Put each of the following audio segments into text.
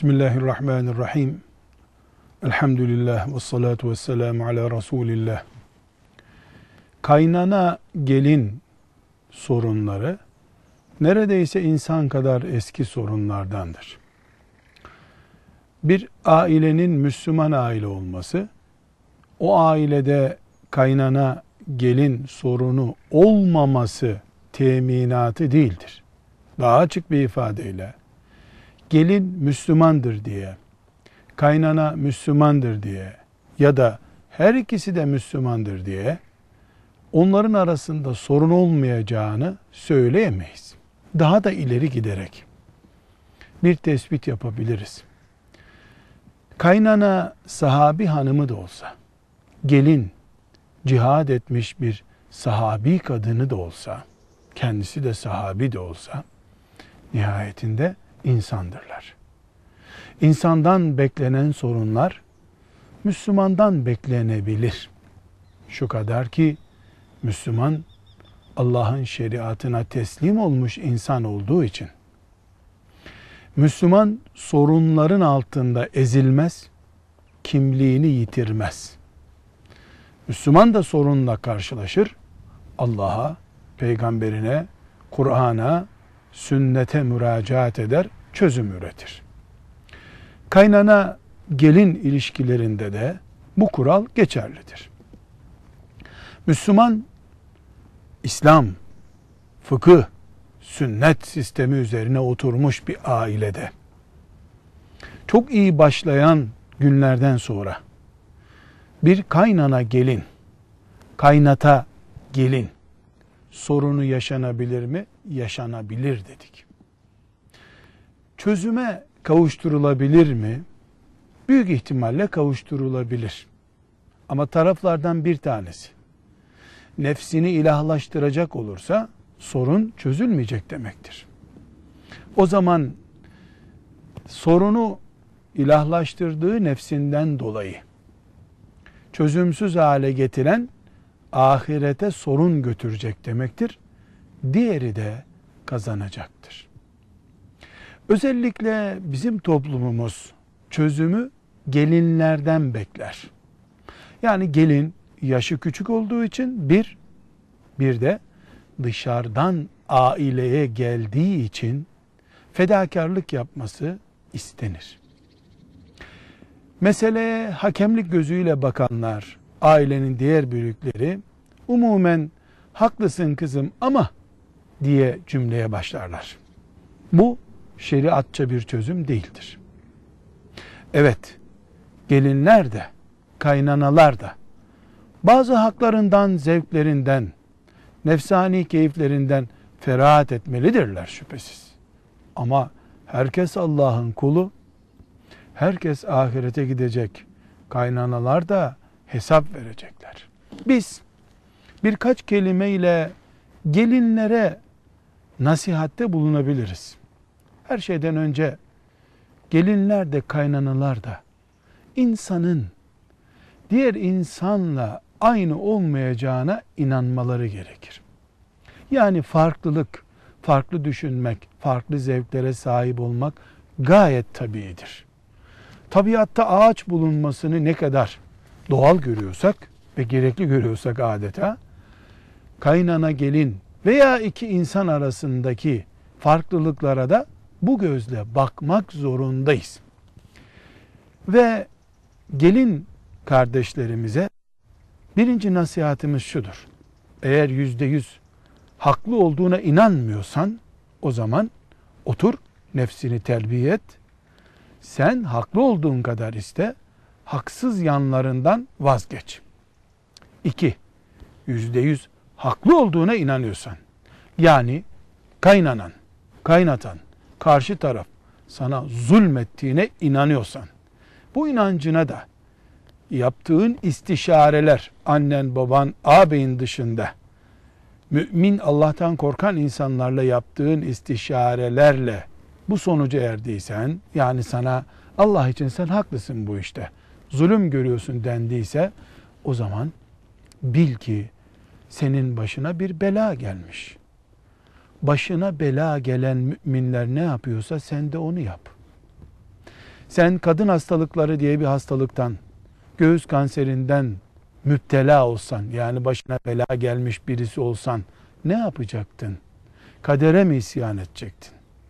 Bismillahirrahmanirrahim. Elhamdülillah ve salatu ve selamu ala Resulillah. Kaynana gelin sorunları neredeyse insan kadar eski sorunlardandır. Bir ailenin Müslüman aile olması, o ailede kaynana gelin sorunu olmaması teminatı değildir. Daha açık bir ifadeyle, gelin Müslümandır diye, kaynana Müslümandır diye ya da her ikisi de Müslümandır diye onların arasında sorun olmayacağını söyleyemeyiz. Daha da ileri giderek bir tespit yapabiliriz. Kaynana sahabi hanımı da olsa, gelin cihad etmiş bir sahabi kadını da olsa, kendisi de sahabi de olsa, nihayetinde insandırlar. İnsandan beklenen sorunlar Müslümandan beklenebilir. Şu kadar ki Müslüman Allah'ın şeriatına teslim olmuş insan olduğu için Müslüman sorunların altında ezilmez, kimliğini yitirmez. Müslüman da sorunla karşılaşır, Allah'a, peygamberine, Kur'an'a, sünnete müracaat eder, çözüm üretir. Kaynana gelin ilişkilerinde de bu kural geçerlidir. Müslüman, İslam, fıkıh, sünnet sistemi üzerine oturmuş bir ailede çok iyi başlayan günlerden sonra bir kaynana gelin, kaynata gelin sorunu yaşanabilir mi? Yaşanabilir dedik. Çözüme kavuşturulabilir mi? Büyük ihtimalle kavuşturulabilir. Ama taraflardan bir tanesi nefsini ilahlaştıracak olursa sorun çözülmeyecek demektir. O zaman sorunu ilahlaştırdığı nefsinden dolayı çözümsüz hale getiren ahirete sorun götürecek demektir. Diğeri de kazanacaktır. Özellikle bizim toplumumuz çözümü gelinlerden bekler. Yani gelin yaşı küçük olduğu için bir de dışarıdan aileye geldiği için fedakarlık yapması istenir. Meseleye hakemlik gözüyle bakanlar, ailenin diğer büyükleri umumen haklısın kızım ama diye cümleye başlarlar. Bu şeriatça bir çözüm değildir. Evet, gelinler de, kaynanalar da bazı haklarından, zevklerinden, nefsani keyiflerinden ferahat etmelidirler şüphesiz. Ama herkes Allah'ın kulu, herkes ahirete gidecek, kaynanalar da hesap verecekler. Biz birkaç kelimeyle gelinlere nasihatte bulunabiliriz. Her şeyden önce gelinler de kaynanalar da insanın diğer insanla aynı olmayacağına inanmaları gerekir. Yani farklılık, farklı düşünmek, farklı zevklere sahip olmak gayet tabiidir. Tabiatta ağaç bulunmasını ne kadar doğal görüyorsak ve gerekli görüyorsak adeta, kaynana gelin veya iki insan arasındaki farklılıklara da bu gözle bakmak zorundayız. Ve gelin kardeşlerimize birinci nasihatimiz şudur. Eğer %100 haklı olduğuna inanmıyorsan o zaman otur, nefsini terbiye et. Sen haklı olduğun kadar iste, haksız yanlarından vazgeç. 2. %100 haklı olduğuna inanıyorsan, yani kaynanan, kaynatan, karşı taraf sana zulmettiğine inanıyorsan, bu inancına da yaptığın istişareler, annen, baban, ağabeyin dışında, mümin, Allah'tan korkan insanlarla yaptığın istişarelerle bu sonuca erdiysen, yani sana Allah için sen haklısın bu işte, zulüm görüyorsun dendiyse, o zaman bil ki senin başına bir bela gelmiş. Başına bela gelen müminler ne yapıyorsa sen de onu yap. Sen kadın hastalıkları diye bir hastalıktan, göğüs kanserinden müptela olsan, yani başına bela gelmiş birisi olsan ne yapacaktın? Kadere mi isyan edecektin?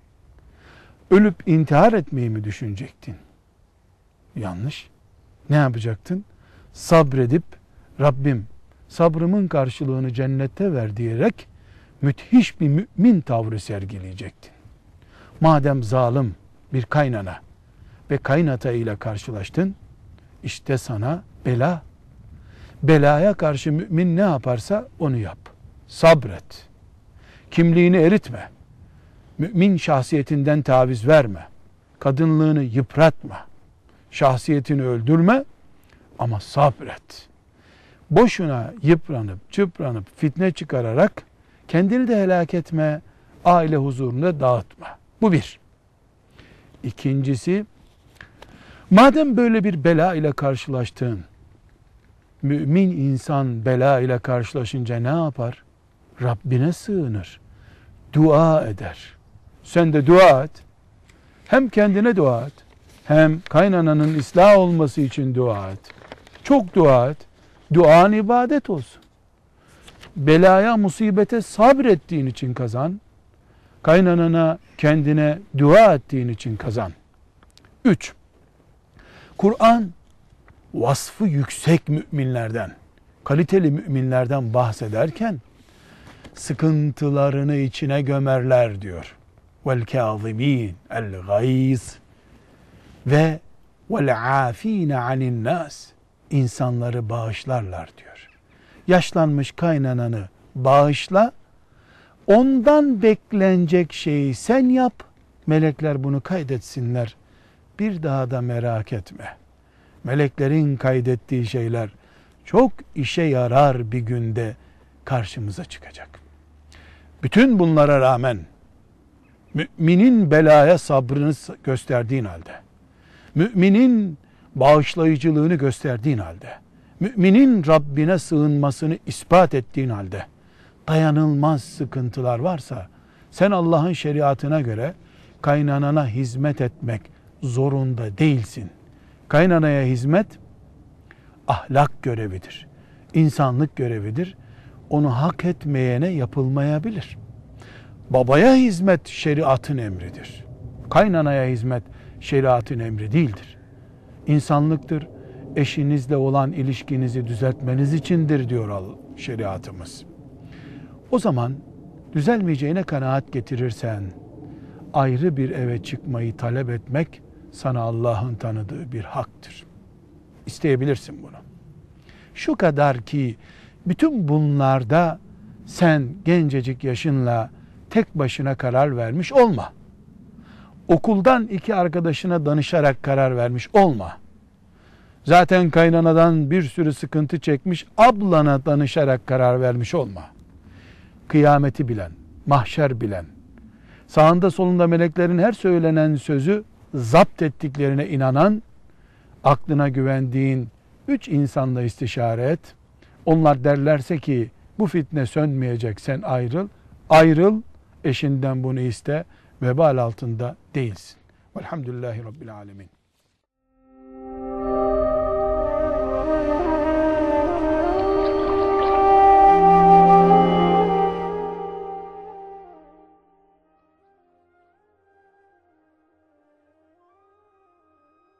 Ölüp intihar etmeyi mi düşünecektin? Yanlış. Ne yapacaktın? Sabredip Rabbim sabrımın karşılığını cennette ver diyerek müthiş bir mümin tavrı sergileyecektin. Madem zalim bir kaynana ve kaynata ile karşılaştın, işte sana bela. Belaya karşı mümin ne yaparsa onu yap. Sabret. Kimliğini eritme. Mümin şahsiyetinden taviz verme. Kadınlığını yıpratma. Şahsiyetini öldürme ama sabret. Boşuna yıpranıp, çıpranıp, fitne çıkararak kendini de helak etme, aile huzurunda dağıtma. Bu bir. İkincisi, madem böyle bir bela ile karşılaştın, mümin insan bela ile karşılaşınca ne yapar? Rabbine sığınır. Dua eder. Sen de dua et. Hem kendine dua et, hem kaynananın ıslah olması için dua et. Çok dua et. Duan ibadet olsun. Belaya, musibete sabrettiğin için kazan. Kaynanana, kendine dua ettiğin için kazan. 3. Kur'an vasfı yüksek müminlerden, kaliteli müminlerden bahsederken sıkıntılarını içine gömerler diyor. Vel kâzimîn el gayz ve vel âfîne anin nâs, insanları bağışlarlar diyor. Yaşlanmış kaynananı bağışla, ondan beklenecek şeyi sen yap, melekler bunu kaydetsinler. Bir daha da merak etme. Meleklerin kaydettiği şeyler çok işe yarar bir günde karşımıza çıkacak. Bütün bunlara rağmen müminin belaya sabrını gösterdiğin halde, müminin bağışlayıcılığını gösterdiğin halde, müminin Rabbine sığınmasını ispat ettiğin halde dayanılmaz sıkıntılar varsa sen Allah'ın şeriatına göre kaynanana hizmet etmek zorunda değilsin. Kaynanaya hizmet ahlak görevidir, insanlık görevidir. Onu hak etmeyene yapılmayabilir. Babaya hizmet şeriatın emridir. Kaynanaya hizmet şeriatın emri değildir. İnsanlıktır. Eşinizle olan ilişkinizi düzeltmeniz içindir diyor şeriatımız. O zaman düzelmeyeceğine kanaat getirirsen ayrı bir eve çıkmayı talep etmek sana Allah'ın tanıdığı bir haktır. İsteyebilirsin bunu. Şu kadar ki bütün bunlarda sen gencecik yaşınla tek başına karar vermiş olma. Okuldan iki arkadaşına danışarak karar vermiş olma. Zaten kaynanadan bir sürü sıkıntı çekmiş ablana danışarak karar vermiş olma. Kıyameti bilen, mahşer bilen, sağında solunda meleklerin her söylenen sözü zapt ettiklerine inanan, aklına güvendiğin 3 insanla istişare et. Onlar derlerse ki bu fitne sönmeyecek, sen ayrıl. Ayrıl, eşinden bunu iste. Vebal altında değilsin. Velhamdülillahi Rabbil Alemin.